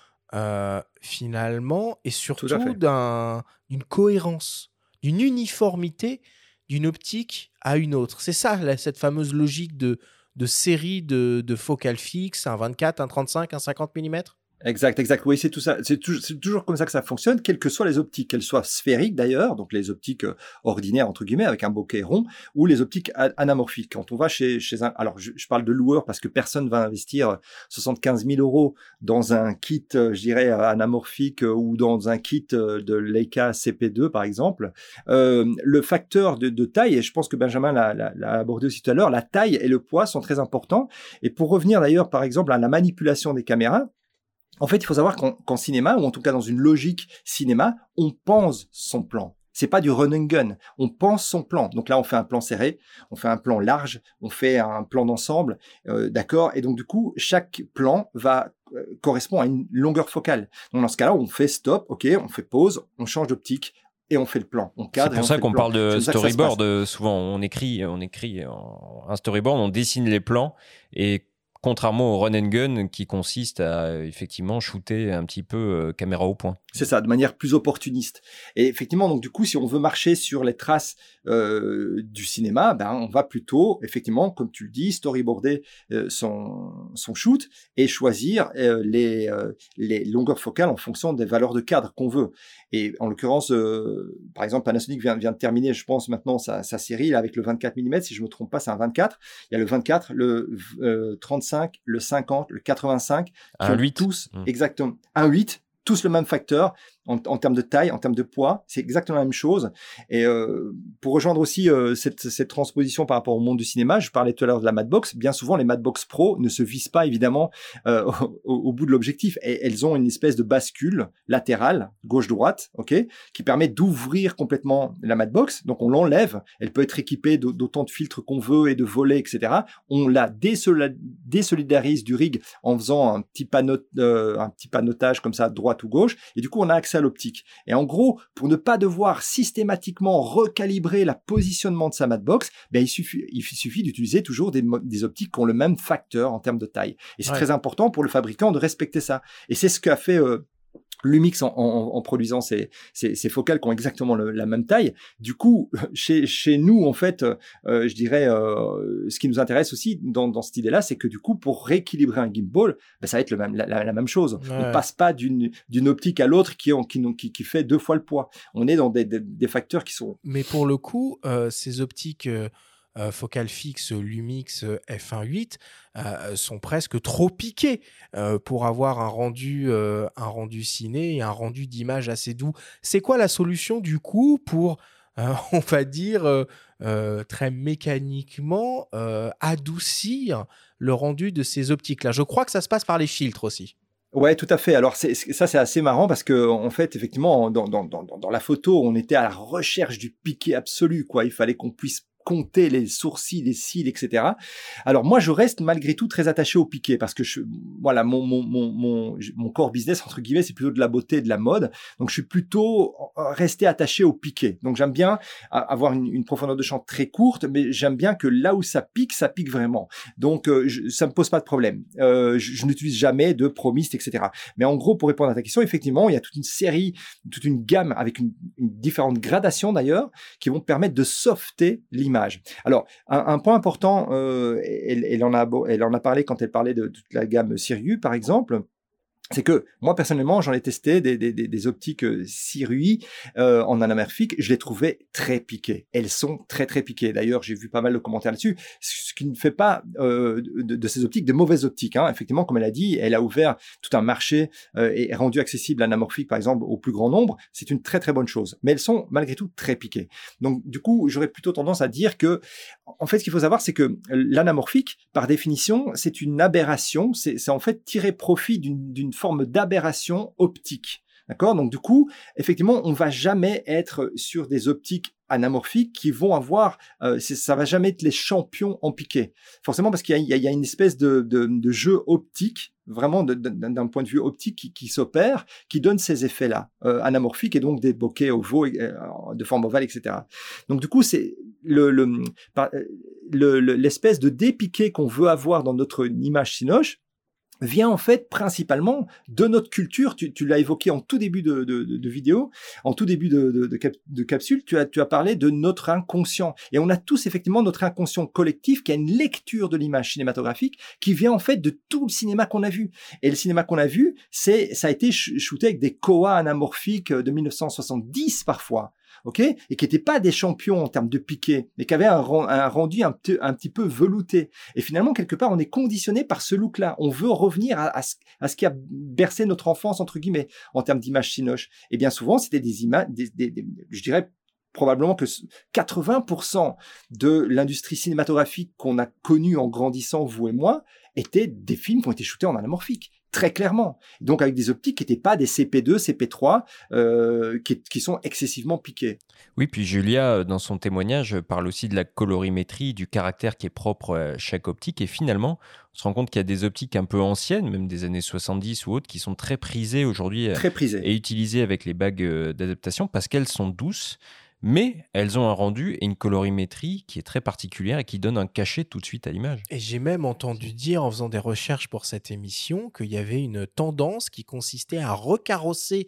Euh, finalement, et surtout d'un, d'une cohérence, d'une uniformité d'une optique à une autre. C'est ça, là, cette fameuse logique de, de série de, de focales fixes, un vingt-quatre, un trente-cinq, un cinquante millimètres. Exact, exact. Oui, c'est tout ça. C'est, tout, c'est toujours comme ça que ça fonctionne, quelles que soient les optiques, qu'elles soient sphériques d'ailleurs, donc les optiques euh, ordinaires entre guillemets avec un bokeh rond, ou les optiques a- anamorphiques. Quand on va chez chez un, alors je, je parle de loueur parce que personne va investir soixante-quinze mille euros dans un kit, euh, je dirais anamorphique euh, ou dans un kit euh, de Leica C P deux par exemple. Euh, le facteur de, de taille, et je pense que Benjamin l'a, l'a, l'a abordé aussi tout à l'heure, la taille et le poids sont très importants. Et pour revenir d'ailleurs par exemple à la manipulation des caméras. En fait, il faut savoir qu'en, qu'en cinéma, ou en tout cas dans une logique cinéma, on pense son plan. C'est pas du run and gun. On pense son plan. Donc là, on fait un plan serré, on fait un plan large, on fait un plan d'ensemble, euh, d'accord. Et donc du coup, chaque plan va euh, correspond à une longueur focale. Donc dans ce cas-là, on fait stop, ok, on fait pause, on change d'optique. Et on fait le plan, on cadre. C'est pour ça et on qu'on fait parle de storyboard. Souvent, on écrit, on écrit un storyboard, on dessine les plans et contrairement au run and gun qui consiste à effectivement shooter un petit peu euh, caméra au point. C'est ça, de manière plus opportuniste. Et effectivement, donc du coup, si on veut marcher sur les traces euh, du cinéma, ben on va plutôt, effectivement, comme tu le dis, storyboarder euh, son son shoot et choisir euh, les euh, les longueurs focales en fonction des valeurs de cadre qu'on veut. Et en l'occurrence, euh, par exemple, Panasonic vient vient de terminer, je pense maintenant sa sa série là, avec le vingt-quatre millimètres. Si je me trompe pas, c'est un vingt-quatre. Il y a le vingt-quatre, le euh, trente-cinq, le cinquante, le quatre-vingt-cinq, qui un ont huit. tous Mmh. exactement un huit. Tous le même facteur en, en termes de taille, en termes de poids, c'est exactement la même chose. Et euh, pour rejoindre aussi euh, cette, cette transposition par rapport au monde du cinéma, je parlais tout à l'heure de la Madbox. Bien souvent, les Madbox Pro ne se visent pas évidemment euh, au, au bout de l'objectif. Et elles ont une espèce de bascule latérale, gauche-droite, ok, qui permet d'ouvrir complètement la Madbox. Donc on l'enlève. Elle peut être équipée d'autant de filtres qu'on veut et de volets, et cetera. On la désolidarise du rig en faisant un petit panneau, euh, un petit panotage comme ça, droite ou gauche, et du coup on a accès à l'optique. Et en gros, pour ne pas devoir systématiquement recalibrer le positionnement de sa Madbox, ben il suffit, il suffit d'utiliser toujours des, des optiques qui ont le même facteur en termes de taille. Et c'est ouais. très important pour le fabricant de respecter ça. Et c'est ce qu'a fait euh, Lumix en, en, en produisant ces, ces, ces focales qui ont exactement le, la même taille. Du coup, chez, chez nous, en fait, euh, je dirais, euh, ce qui nous intéresse aussi dans, dans cette idée-là, c'est que du coup, pour rééquilibrer un gimbal, ben, ça va être le même, la, la, la même chose. Ouais. On ne passe pas d'une, d'une optique à l'autre qui, qui, qui, qui fait deux fois le poids. On est dans des, des, des facteurs qui sont... Mais pour le coup, euh, ces optiques... Euh... Euh, focale fixe Lumix euh, F un point huit euh, sont presque trop piquées euh, pour avoir un rendu, euh, un rendu ciné et un rendu d'image assez doux. C'est quoi la solution du coup pour, euh, on va dire, euh, euh, très mécaniquement euh, adoucir le rendu de ces optiques-là? Je crois que ça se passe par les filtres aussi. Ouais, tout à fait. Alors c'est, ça, c'est assez marrant parce que en fait, effectivement, dans, dans, dans, dans la photo, on était à la recherche du piqué absolu, quoi. Il fallait qu'on puisse compter les sourcils, les cils, et cetera. Alors moi, je reste malgré tout très attaché au piqué parce que je, voilà, mon mon mon mon mon core business entre guillemets, c'est plutôt de la beauté et de la mode. Donc je suis plutôt resté attaché au piqué. Donc j'aime bien avoir une, une profondeur de champ très courte, mais j'aime bien que là où ça pique, ça pique vraiment. Donc euh, je, ça me pose pas de problème. Euh, je, je n'utilise jamais de promiste, et cetera. Mais en gros, pour répondre à ta question, effectivement, il y a toute une série, toute une gamme avec une, une différentes gradations d'ailleurs, qui vont permettre de softer l'image. Alors, un, un point important, euh, elle, elle, en a, elle en a parlé quand elle parlait de toute la gamme Sirui, par exemple, c'est que moi personnellement j'en ai testé des, des, des optiques Sirui euh, en anamorphique, je les trouvais très piquées. Elles sont très très piquées. D'ailleurs j'ai vu pas mal de commentaires là-dessus, ce qui ne fait pas euh, de, de ces optiques de mauvaises optiques. Hein. Effectivement, comme elle a dit, elle a ouvert tout un marché euh, et rendu accessible l'anamorphique par exemple au plus grand nombre. C'est une très très bonne chose. Mais elles sont malgré tout très piquées. Donc du coup j'aurais plutôt tendance à dire que en fait ce qu'il faut savoir c'est que l'anamorphique par définition c'est une aberration. C'est, c'est en fait tirer profit d'une, d'une forme d'aberration optique. D'accord? Donc, du coup, effectivement, on va jamais être sur des optiques anamorphiques qui vont avoir, euh, c'est, ça va jamais être les champions en piqué. Forcément, parce qu'il y a, il y a une espèce de, de, de jeu optique, vraiment de, de, d'un point de vue optique qui, qui s'opère, qui donne ces effets-là, euh, anamorphiques et donc des bokeh ovaux euh, de forme ovale, et cetera. Donc, du coup, c'est le, le, le, le, l'espèce de dépiqué qu'on veut avoir dans notre image Cinoche vient en fait principalement de notre culture. Tu, tu l'as évoqué en tout début de, de, de, de vidéo, en tout début de, de, de, cap, de capsule, tu as, tu as parlé de notre inconscient. Et on a tous effectivement notre inconscient collectif qui a une lecture de l'image cinématographique qui vient en fait de tout le cinéma qu'on a vu. Et le cinéma qu'on a vu, c'est, ça a été shooté avec des Kowa anamorphiques de mille neuf cent soixante-dix parfois. Ok, et qui n'étaient pas des champions en termes de piqué, mais qui avaient un, un rendu un, petit, un petit peu velouté. Et finalement, quelque part, on est conditionné par ce look-là. On veut revenir à, à, ce, à ce qui a bercé notre enfance, entre guillemets, en termes d'image Cinoche. Et bien souvent, c'était des images, des, des, des, je dirais probablement que quatre-vingts pour cent de l'industrie cinématographique qu'on a connue en grandissant, vous et moi, étaient des films qui ont été shootés en anamorphique. Très clairement. Donc avec des optiques qui n'étaient pas des C P deux, C P trois, euh, qui, qui sont excessivement piquées. Oui, puis Julia, dans son témoignage, parle aussi de la colorimétrie, du caractère qui est propre à chaque optique. Et finalement, on se rend compte qu'il y a des optiques un peu anciennes, même des années soixante-dix ou autres, qui sont très prisées aujourd'hui. Très prisées. Et utilisées avec les bagues d'adaptation parce qu'elles sont douces. Mais elles ont un rendu et une colorimétrie qui est très particulière et qui donne un cachet tout de suite à l'image. Et j'ai même entendu dire, en faisant des recherches pour cette émission, qu'il y avait une tendance qui consistait à recarrosser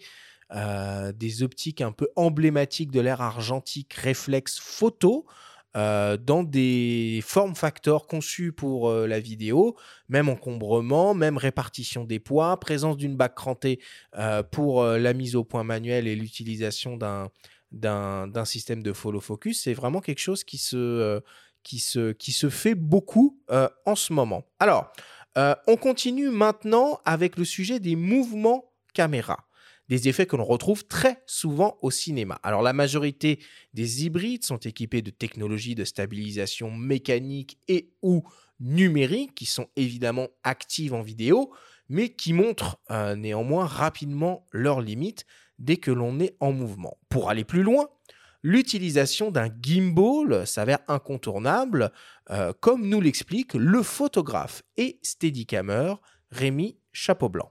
euh, des optiques un peu emblématiques de l'ère argentique réflexe photo, euh, dans des form factors conçus pour euh, la vidéo, même encombrement, même répartition des poids, présence d'une bague crantée euh, pour euh, la mise au point manuelle et l'utilisation d'un, d'un, d'un système de follow focus. C'est vraiment quelque chose qui se, euh, qui se, qui se fait beaucoup euh, en ce moment. Alors, euh, on continue maintenant avec le sujet des mouvements caméra. Des effets que l'on retrouve très souvent au cinéma. Alors, la majorité des hybrides sont équipés de technologies de stabilisation mécanique et ou numérique qui sont évidemment actives en vidéo, mais qui montrent euh, néanmoins rapidement leurs limites dès que l'on est en mouvement. Pour aller plus loin, l'utilisation d'un gimbal s'avère incontournable, euh, comme nous l'explique le photographe et steadicammer Rémi Chapeau-Blanc.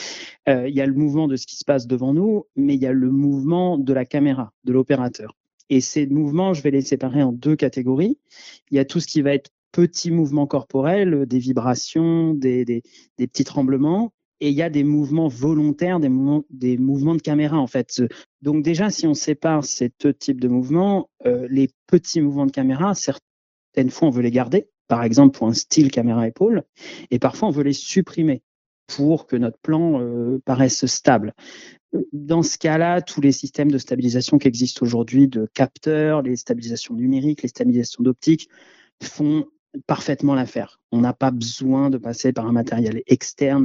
Il euh, y a le mouvement de ce qui se passe devant nous, mais il y a le mouvement de la caméra, de l'opérateur. Et ces mouvements, je vais les séparer en deux catégories. Il y a tout ce qui va être petits mouvements corporels, des vibrations, des, des, des petits tremblements, et il y a des mouvements volontaires, des mouvements, des mouvements de caméra en fait. Donc déjà, si on sépare ces deux types de mouvements, euh, les petits mouvements de caméra, certaines fois on veut les garder, par exemple pour un style caméra épaule, et parfois on veut les supprimer pour que notre plan euh, paraisse stable. Dans ce cas-là, tous les systèmes de stabilisation qui existent aujourd'hui, de capteurs, les stabilisations numériques, les stabilisations d'optique, font parfaitement l'affaire. On n'a pas besoin de passer par un matériel externe.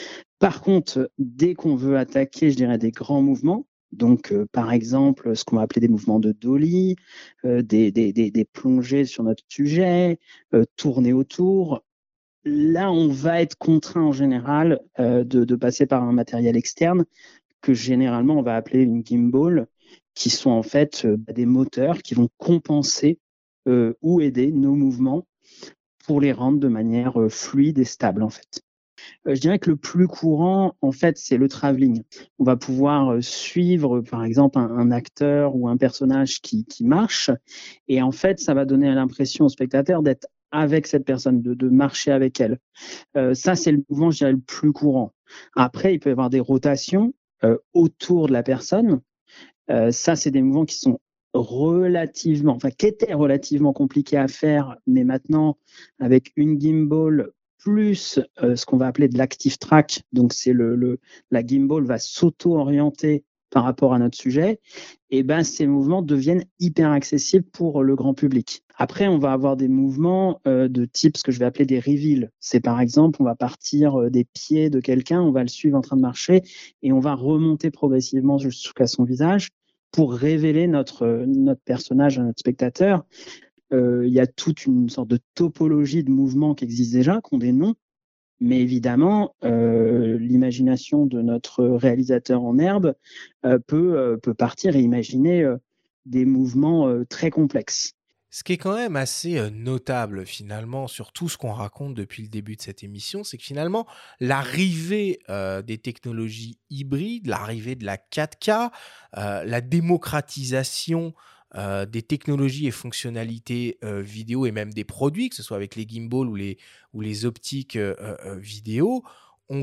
Par contre, dès qu'on veut attaquer, je dirais, des grands mouvements, donc euh, par exemple ce qu'on va appeler des mouvements de dolly, euh, des, des, des, des plongées sur notre sujet, euh, tourner autour, là, on va être contraint en général euh, de, de passer par un matériel externe que généralement on va appeler une gimbal, qui sont en fait euh, des moteurs qui vont compenser euh, ou aider nos mouvements pour les rendre de manière euh, fluide et stable en fait. Euh, je dirais que le plus courant, en fait, c'est le travelling. On va pouvoir euh, suivre, par exemple, un, un acteur ou un personnage qui, qui marche, et en fait, ça va donner l'impression au spectateur d'être avec cette personne, de, de marcher avec elle. Euh, ça, c'est le mouvement, je dirais, le plus courant. Après, il peut y avoir des rotations euh, autour de la personne. Euh, ça, c'est des mouvements qui sont relativement, enfin, qui étaient relativement compliqués à faire, mais maintenant, avec une gimbal plus euh, ce qu'on va appeler de l'active track, donc c'est le, le la gimbal va s'auto-orienter par rapport à notre sujet, et ben ces mouvements deviennent hyper accessibles pour le grand public. Après, on va avoir des mouvements euh, de type ce que je vais appeler des reveals. C'est par exemple, on va partir euh, des pieds de quelqu'un, on va le suivre en train de marcher et on va remonter progressivement jusqu'à son visage pour révéler notre, notre personnage à notre spectateur. Euh, il y a toute une sorte de topologie de mouvements qui existe déjà, qui ont des noms, mais évidemment, euh, l'imagination de notre réalisateur en herbe euh, peut, euh, peut partir et imaginer euh, des mouvements euh, très complexes. Ce qui est quand même assez euh, notable finalement sur tout ce qu'on raconte depuis le début de cette émission, c'est que finalement l'arrivée euh, des technologies hybrides, l'arrivée de la quatre K, euh, la démocratisation euh, des technologies et fonctionnalités euh, vidéo et même des produits, que ce soit avec les gimbals ou les, ou les optiques euh, euh, vidéo, ont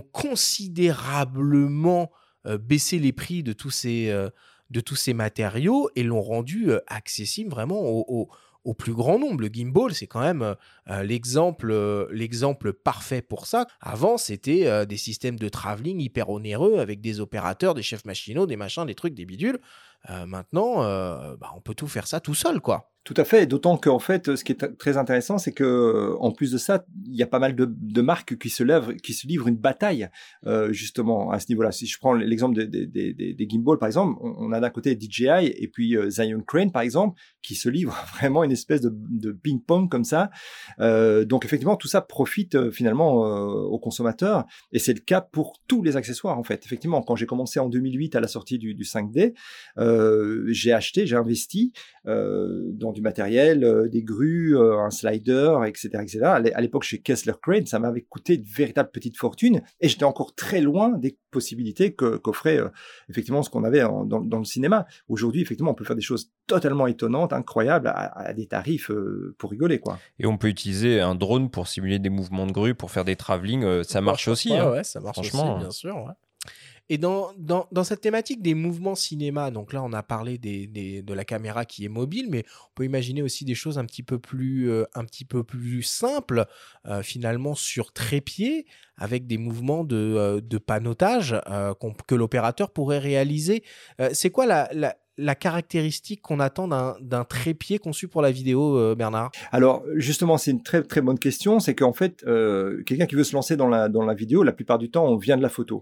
considérablement euh, baissé les prix de tous ces, euh, de tous ces matériaux et l'ont rendu euh, accessible vraiment au, au au plus grand nombre. Le gimbal, c'est quand même euh, l'exemple, euh, l'exemple parfait pour ça. Avant, c'était euh, des systèmes de travelling hyper onéreux avec des opérateurs, des chefs machinaux, des machins, des trucs, des bidules. Euh, maintenant, euh, bah, on peut tout faire ça tout seul, quoi. Tout à fait, d'autant qu'en fait, ce qui est très intéressant, c'est que en plus de ça, il y a pas mal de, de marques qui se lèvent, qui se livrent une bataille euh, justement à ce niveau-là. Si je prends l'exemple des, des, des, des gimbals, par exemple, on, on a d'un côté D J I et puis euh, Zion Crane, par exemple, qui se livrent vraiment une espèce de, de ping-pong comme ça. Euh, donc effectivement, tout ça profite euh, finalement euh, aux consommateurs, et c'est le cas pour tous les accessoires en fait. Effectivement, quand j'ai commencé en deux mille huit à la sortie du, du cinq D, euh, j'ai acheté, j'ai investi euh, dans du matériel, euh, des grues, euh, un slider, et cetera, et cetera. À l'époque, chez Kessler Crane, ça m'avait coûté de véritables petites fortunes, et j'étais encore très loin des possibilités que, qu'offrait euh, effectivement ce qu'on avait en, dans, dans le cinéma. Aujourd'hui, effectivement, on peut faire des choses totalement étonnantes, incroyables, à, à des tarifs euh, pour rigoler, quoi. Et on peut utiliser un drone pour simuler des mouvements de grue, pour faire des travelling, euh, ça marche aussi. Ouais, hein. ouais, ça marche aussi, bien sûr. Ouais. Et dans, dans, dans cette thématique des mouvements cinéma, donc là on a parlé des, des, de la caméra qui est mobile, mais on peut imaginer aussi des choses un petit peu plus, euh, un petit peu plus simples, euh, finalement sur trépied, avec des mouvements de, euh, de panotage euh, qu'on, que l'opérateur pourrait réaliser. Euh, c'est quoi la, la, la caractéristique qu'on attend d'un, d'un trépied conçu pour la vidéo, euh, Bernard? Alors justement, c'est une très très bonne question. C'est qu'en fait, euh, quelqu'un qui veut se lancer dans la dans la vidéo, la plupart du temps, on vient de la photo.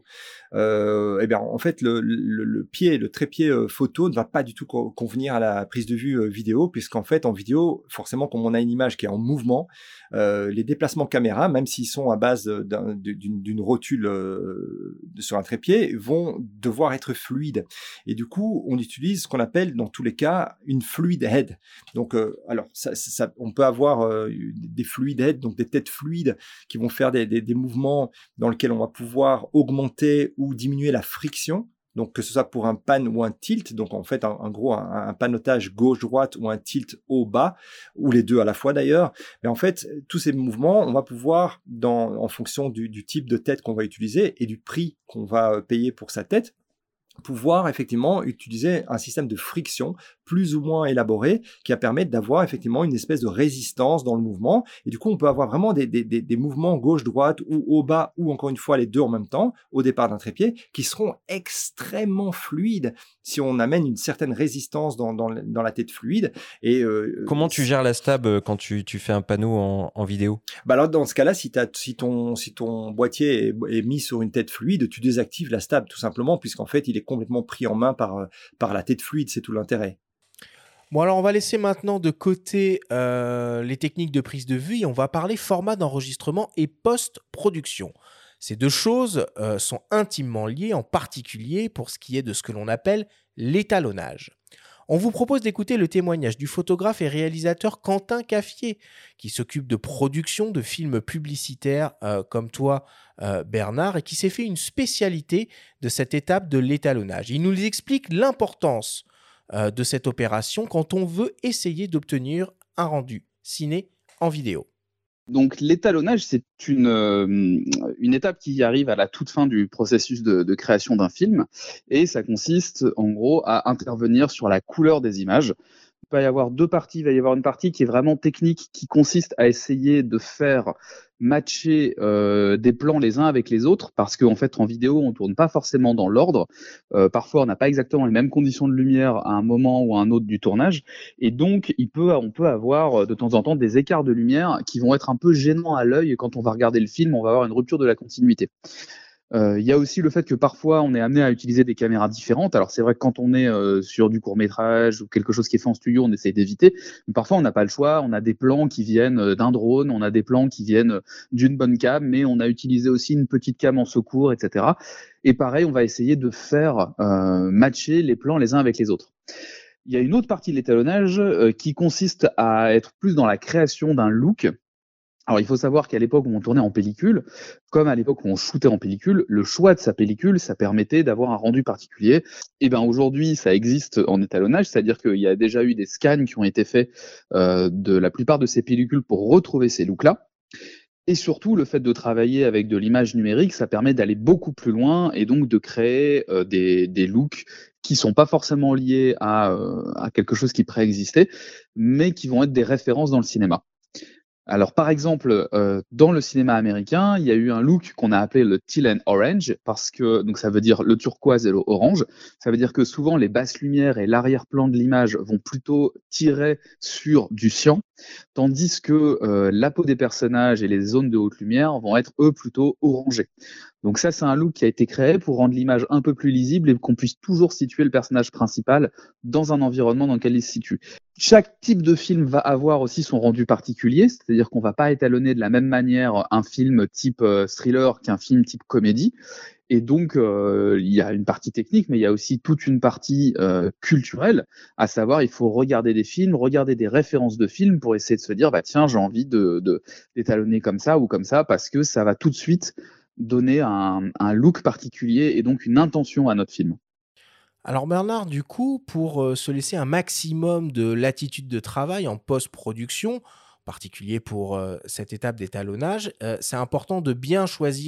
Euh, et bien, en fait, le, le, le pied, le trépied euh, photo ne va pas du tout co- convenir à la prise de vue euh, vidéo, puisqu'en fait, en vidéo, forcément, comme on a une image qui est en mouvement, euh, les déplacements caméra, même s'ils sont à base d'un, d'une, d'une rotule euh, sur un trépied, vont devoir être fluides. Et du coup, on utilise ce qu'on appelle, dans tous les cas, une fluid head. Donc, euh, alors, ça, ça, on peut avoir euh, des fluid head, donc des têtes fluides qui vont faire des, des, des mouvements dans lesquels on va pouvoir augmenter ou diminuer la friction. Donc, que ce soit pour un pan ou un tilt, donc en fait, en, en gros, un, un panotage gauche-droite ou un tilt haut-bas, ou les deux à la fois d'ailleurs. Mais en fait, tous ces mouvements, on va pouvoir, dans, en fonction du, du type de tête qu'on va utiliser et du prix qu'on va payer pour sa tête, pouvoir effectivement utiliser un système de friction plus ou moins élaboré qui va permettre d'avoir effectivement une espèce de résistance dans le mouvement. Et du coup, on peut avoir vraiment des, des, des, des mouvements gauche-droite ou haut-bas ou encore une fois les deux en même temps au départ d'un trépied qui seront extrêmement fluides si on amène une certaine résistance dans, dans, dans la tête fluide. Et, euh, Comment tu gères la stab quand tu, tu fais un panneau en, en vidéo? Bah alors dans ce cas-là, si, t'as, si, ton, si ton boîtier est, est mis sur une tête fluide, tu désactives la stab tout simplement puisqu'en fait, il est complètement pris en main par, par la tête fluide, c'est tout l'intérêt. Bon, alors on va laisser maintenant de côté euh, les techniques de prise de vue et on va parler format d'enregistrement et post-production. Ces deux choses euh, sont intimement liées, en particulier pour ce qui est de ce que l'on appelle l'étalonnage. On vous propose d'écouter le témoignage du photographe et réalisateur Quentin Caffier, qui s'occupe de production de films publicitaires euh, comme toi, euh, Bernard, et qui s'est fait une spécialité de cette étape de l'étalonnage. Il nous explique l'importance euh, de cette opération quand on veut essayer d'obtenir un rendu ciné en vidéo. Donc l'étalonnage, c'est une, euh, une étape qui arrive à la toute fin du processus de, de création d'un film et ça consiste en gros à intervenir sur la couleur des images. Il va y avoir deux parties. Il va y avoir une partie qui est vraiment technique, qui consiste à essayer de faire matcher euh, des plans les uns avec les autres, parce qu'en fait, en vidéo, on ne tourne pas forcément dans l'ordre. Euh, parfois, on n'a pas exactement les mêmes conditions de lumière à un moment ou à un autre du tournage. Et donc, il peut, on peut avoir de temps en temps des écarts de lumière qui vont être un peu gênants à l'œil. Quand on va regarder le film, on va avoir une rupture de la continuité. Il euh, y a aussi le fait que parfois on est amené à utiliser des caméras différentes. Alors c'est vrai que quand on est euh, sur du court-métrage ou quelque chose qui est fait en studio, on essaie d'éviter. Mais parfois on n'a pas le choix. On a des plans qui viennent d'un drone, on a des plans qui viennent d'une bonne cam, mais on a utilisé aussi une petite cam en secours, et cetera. Et pareil, on va essayer de faire euh, matcher les plans les uns avec les autres. Il y a une autre partie de l'étalonnage euh, qui consiste à être plus dans la création d'un look. Alors, il faut savoir qu'à l'époque où on tournait en pellicule, comme à l'époque où on shootait en pellicule, le choix de sa pellicule, ça permettait d'avoir un rendu particulier. Et ben aujourd'hui, ça existe en étalonnage, c'est-à-dire qu'il y a déjà eu des scans qui ont été faits euh, de la plupart de ces pellicules pour retrouver ces looks-là. Et surtout, le fait de travailler avec de l'image numérique, ça permet d'aller beaucoup plus loin et donc de créer euh, des, des looks qui sont pas forcément liés à, euh, à quelque chose qui préexistait, mais qui vont être des références dans le cinéma. Alors, par exemple, euh, dans le cinéma américain, il y a eu un look qu'on a appelé le teal and orange, parce que, donc ça veut dire le turquoise et l'orange. Ça veut dire que souvent, les basses lumières et l'arrière-plan de l'image vont plutôt tirer sur du cyan, tandis que euh, la peau des personnages et les zones de haute lumière vont être, eux, plutôt orangés. Donc ça, c'est un look qui a été créé pour rendre l'image un peu plus lisible et qu'on puisse toujours situer le personnage principal dans un environnement dans lequel il se situe. Chaque type de film va avoir aussi son rendu particulier, c'est-à-dire qu'on ne va pas étalonner de la même manière un film type euh, thriller qu'un film type comédie. Et donc, euh, il y a une partie technique, mais il y a aussi toute une partie euh, culturelle, à savoir, il faut regarder des films, regarder des références de films pour essayer de se dire, bah tiens, j'ai envie de, de, d'étalonner comme ça ou comme ça, parce que ça va tout de suite donner un, un look particulier et donc une intention à notre film. Alors Bernard, du coup, pour euh, se laisser un maximum de latitude de travail en post-production, en particulier pour euh, cette étape d'étalonnage, euh, c'est important de bien choisir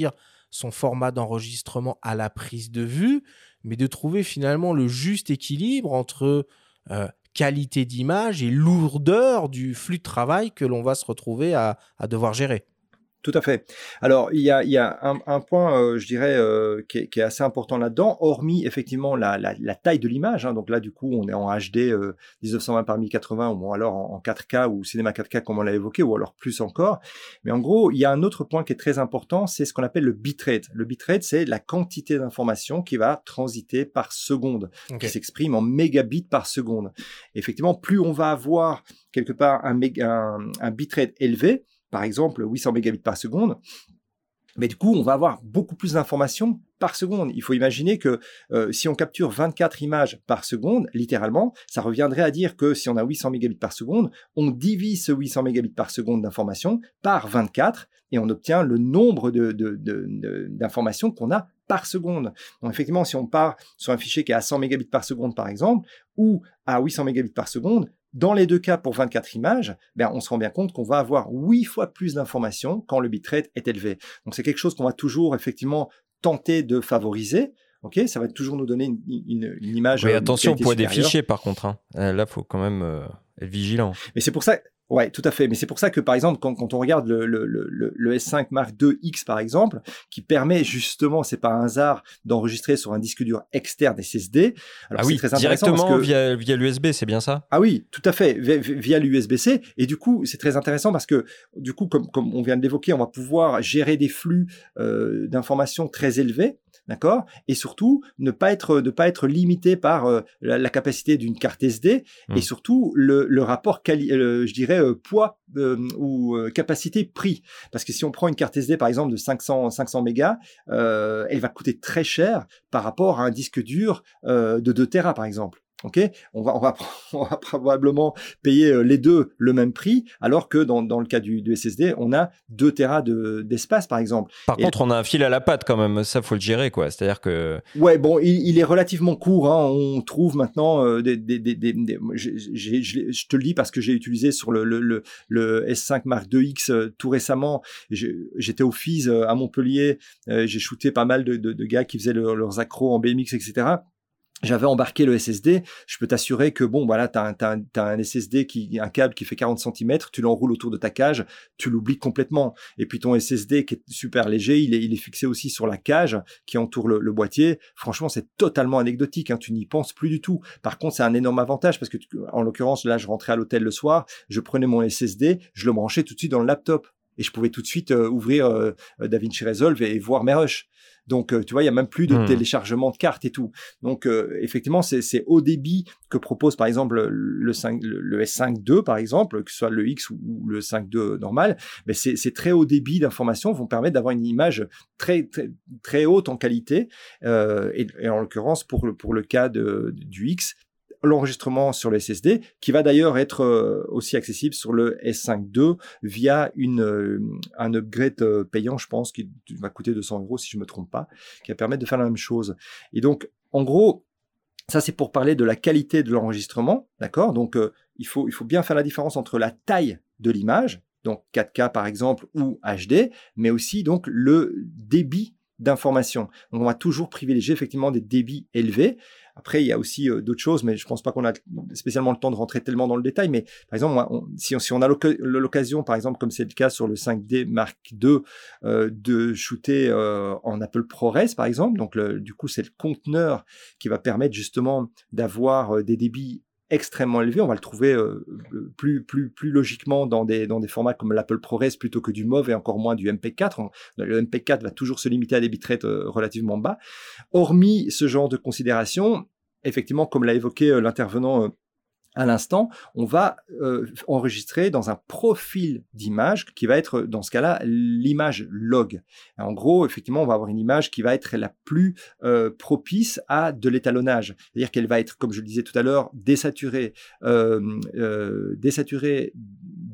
son format d'enregistrement à la prise de vue, mais de trouver finalement le juste équilibre entre euh, qualité d'image et lourdeur du flux de travail que l'on va se retrouver à, à devoir gérer. Tout à fait. Alors, il y a, il y a un, un point, euh, je dirais, euh, qui, est, qui est assez important là-dedans, hormis effectivement la, la, la taille de l'image. Hein, donc là, du coup, on est en H D euh, dix-neuf cent vingt par mille quatre-vingts, ou alors en, en quatre K ou cinéma quatre K, comme on l'a évoqué, ou alors plus encore. Mais en gros, il y a un autre point qui est très important, c'est ce qu'on appelle le bitrate. Le bitrate, c'est la quantité d'information qui va transiter par seconde, okay. qui s'exprime en mégabits par seconde. Et effectivement, plus on va avoir quelque part un, méga, un, un bitrate élevé, par exemple huit cents mégabits par seconde, mais du coup, on va avoir beaucoup plus d'informations par seconde. Il faut imaginer que euh, si on capture vingt-quatre images par seconde, littéralement, ça reviendrait à dire que si on a huit cents mégabits par seconde, on divise ce huit cents mégabits par seconde d'informations par vingt-quatre et on obtient le nombre de, de, de, de, d'informations qu'on a par seconde. Donc effectivement, si on part sur un fichier qui est à cent mégabits par seconde, par exemple, ou à huit cents mégabits par seconde, dans les deux cas pour vingt-quatre images, ben on se rend bien compte qu'on va avoir huit fois plus d'informations quand le bitrate est élevé. Donc c'est quelque chose qu'on va toujours effectivement tenter de favoriser. Ok, ça va toujours nous donner une, une, une image. Oui, attention au poids supérieure. des fichiers par contre. Hein. Là, il faut quand même euh, être vigilant. Mais c'est pour ça. Ouais, tout à fait. Mais c'est pour ça que, par exemple, quand, quand on regarde le, le, le, le S cinq Mark deux X, par exemple, qui permet justement, c'est pas un hasard, d'enregistrer sur un disque dur externe S S D. Alors, ah oui, très directement parce que... via, via l'U S B, c'est bien ça? Ah oui, tout à fait, via, via l'U S B C. Et du coup, c'est très intéressant parce que, du coup, comme, comme on vient de l'évoquer, on va pouvoir gérer des flux euh, d'informations très élevés. D'accord, et surtout ne pas être ne pas être limité par euh, la, la capacité d'une carte S D mmh. et surtout le, le rapport quali- euh, je dirais euh, poids euh, ou euh, capacité prix, parce que si on prend une carte S D par exemple de cinq cents mégas, euh, elle va coûter très cher par rapport à un disque dur euh, de deux téra par exemple. Ok, on va, on va, on va probablement payer les deux le même prix, alors que dans, dans le cas du, du S S D, on a deux téras de, d'espace, par exemple. Par Et contre, on a un fil à la patte quand même. Ça, faut le gérer, quoi. C'est-à-dire que. Ouais, bon, il, il est relativement court. Hein. On trouve maintenant euh, des, des, des, des, des j'ai, j'ai, je, je te le dis parce que j'ai utilisé sur le, le, le, le S cinq Mark deux X euh, tout récemment. J'ai, j'étais au F I S euh, à Montpellier. Euh, j'ai shooté pas mal de, de, de gars qui faisaient le, leurs accros en B M X, et cetera. J'avais embarqué le S S D, je peux t'assurer que bon, voilà, t'as un, t'as un, t'as un S S D qui, un câble qui fait quarante centimètres, tu l'enroules autour de ta cage, tu l'oublies complètement. Et puis ton S S D qui est super léger, il est, il est fixé aussi sur la cage qui entoure le, le boîtier. Franchement, c'est totalement anecdotique, hein, tu n'y penses plus du tout. Par contre, c'est un énorme avantage parce que, tu, en l'occurrence, là, je rentrais à l'hôtel le soir, je prenais mon S S D, je le branchais tout de suite dans le laptop et je pouvais tout de suite euh, ouvrir euh, DaVinci Resolve et, et voir mes rushs. Donc, euh, tu vois, il y a même plus de mmh. téléchargement de cartes et tout. Donc, euh, effectivement, c'est, c'est haut débit que propose, par exemple, le, cinq, le, le S cinq deux, par exemple, que ce soit le X ou, ou le cinq deux normal. Mais c'est, c'est très haut débit d'informations vont permettre d'avoir une image très, très, très haute en qualité. Euh, et, et en l'occurrence, pour le, pour le cas de, du X, l'enregistrement sur le S S D, qui va d'ailleurs être euh, aussi accessible sur le S cinq deux via une, euh, un upgrade euh, payant, je pense, qui va coûter deux cents euros si je ne me trompe pas, qui va permettre de faire la même chose. Et donc, en gros, ça c'est pour parler de la qualité de l'enregistrement, d'accord ? Donc, euh, il faut, il faut bien faire la différence entre la taille de l'image, donc quatre K par exemple, ou H D, mais aussi donc le débit d'information. Donc, on va toujours privilégier effectivement des débits élevés. Après, il y a aussi euh, d'autres choses, mais je pense pas qu'on a spécialement le temps de rentrer tellement dans le détail. Mais par exemple, on, on, si, on, si on a l'occasion, par exemple, comme c'est le cas sur le cinq D Mark deux, euh, de shooter euh, en Apple ProRes, par exemple, donc le, du coup, c'est le conteneur qui va permettre justement d'avoir euh, des débits extrêmement élevé, on va le trouver euh, plus plus plus logiquement dans des dans des formats comme l'Apple ProRes plutôt que du M O V et encore moins du M P quatre. On, le M P quatre va toujours se limiter à des bitrates euh, relativement bas. Hormis ce genre de considération, effectivement, comme l'a évoqué euh, l'intervenant euh, à l'instant, on va euh, enregistrer dans un profil d'image qui va être, dans ce cas-là, l'image log. En gros, effectivement, on va avoir une image qui va être la plus euh, propice à de l'étalonnage. C'est-à-dire qu'elle va être, comme je le disais tout à l'heure, désaturée, euh, euh, désaturée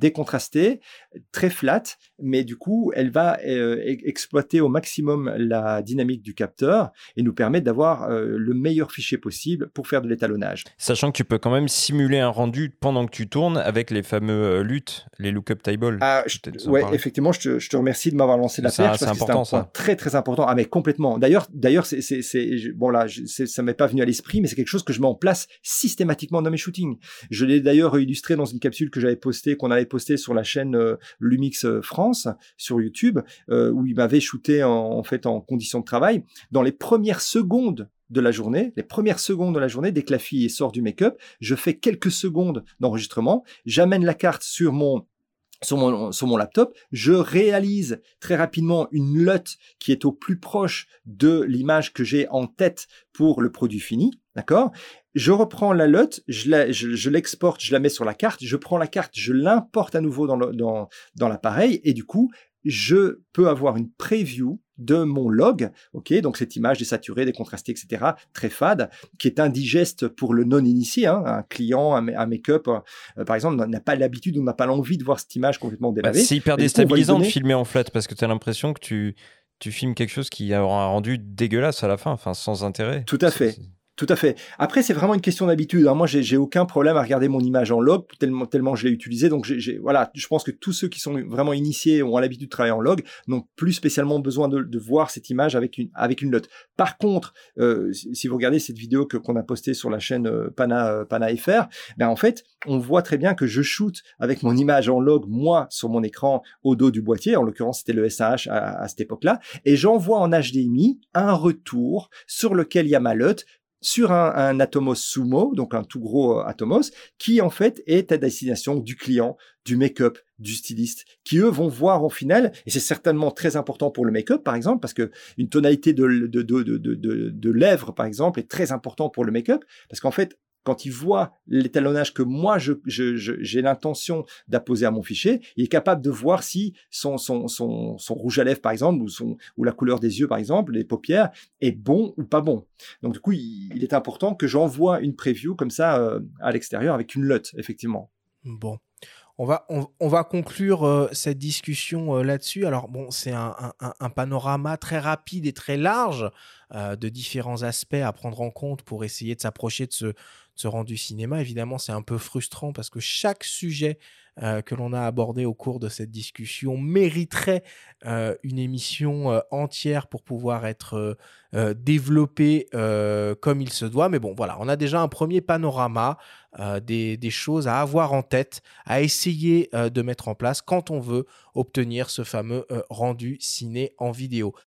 décontrastée, très flat, mais du coup, elle va euh, exploiter au maximum la dynamique du capteur et nous permettre d'avoir euh, le meilleur fichier possible pour faire de l'étalonnage. Sachant que tu peux quand même simuler un rendu pendant que tu tournes avec les fameux L U T, les lookup tables. Ah, je, ouais, effectivement, je te, je te remercie de m'avoir lancé la perche. C'est parce important, que c'est un point ça. très très important. Ah mais complètement. D'ailleurs, d'ailleurs, c'est, c'est, c'est bon là, c'est, ça m'est pas venu à l'esprit, mais c'est quelque chose que je mets en place systématiquement dans mes shootings. Je l'ai d'ailleurs illustré dans une capsule que j'avais postée, qu'on avait postée sur la chaîne euh, Lumix France sur YouTube, euh, où il m'avait shooté en, en fait en conditions de travail. Dans les premières secondes de la journée, les premières secondes de la journée, dès que la fille sort du make-up, je fais quelques secondes d'enregistrement, j'amène la carte sur mon Sur mon, sur mon laptop, je réalise très rapidement une L U T qui est au plus proche de l'image que j'ai en tête pour le produit fini, d'accord ? Je reprends la L U T, je, la, je, je l'exporte, je la mets sur la carte, je prends la carte, je l'importe à nouveau dans, le, dans, dans l'appareil et du coup, je peux avoir une preview de mon log, ok, donc cette image désaturée, décontrastée, et cetera, très fade, qui est indigeste pour le non-initié, hein, un client, un, un make-up, euh, par exemple, n'a pas l'habitude ou n'a pas l'envie de voir cette image complètement délavée. Bah, c'est hyper déstabilisant de filmer en flat parce que tu as l'impression que tu, tu filmes quelque chose qui aura un rendu dégueulasse à la fin, enfin sans intérêt. Tout à fait. C'est... Tout à fait. Après, c'est vraiment une question d'habitude. Alors moi, j'ai, j'ai aucun problème à regarder mon image en log, tellement, tellement je l'ai utilisé. Donc, j'ai, j'ai, voilà, je pense que tous ceux qui sont vraiment initiés, ont l'habitude de travailler en log, n'ont plus spécialement besoin de, de voir cette image avec une, avec une L U T. Par contre, euh, si vous regardez cette vidéo que, qu'on a postée sur la chaîne euh, Pana, euh, Pana F R, ben en fait, on voit très bien que je shoot avec mon image en log, moi, sur mon écran, au dos du boîtier. En l'occurrence, c'était le S A H à, à cette époque-là. Et j'envoie en H D M I un retour sur lequel il y a ma L U T, sur un, un Atomos Sumo, donc un tout gros euh, Atomos, qui en fait est à destination du client, du make-up, du styliste, qui eux vont voir au final, et c'est certainement très important pour le make-up par exemple, parce que une tonalité de, de, de, de, de, de lèvres par exemple est très important pour le make-up, parce qu'en fait, quand il voit l'étalonnage que moi je, je, je, j'ai l'intention d'apposer à mon fichier, il est capable de voir si son, son, son, son rouge à lèvres par exemple, ou, son, ou la couleur des yeux par exemple, les paupières, est bon ou pas bon. Donc du coup, il, il est important que j'envoie une preview comme ça euh, à l'extérieur avec une L U T, effectivement. Bon. On va, on, on va conclure euh, cette discussion euh, là-dessus. Alors, bon, c'est un, un, un panorama très rapide et très large euh, de différents aspects à prendre en compte pour essayer de s'approcher de ce, de ce rendu cinéma. Évidemment, c'est un peu frustrant parce que chaque sujet euh, que l'on a abordé au cours de cette discussion mériterait euh, une émission euh, entière pour pouvoir être euh, euh, développé euh, comme il se doit. Mais bon, voilà, on a déjà un premier panorama euh, des, des choses à avoir en tête, à essayer euh, de mettre en place quand on veut obtenir ce fameux euh, rendu ciné en vidéo.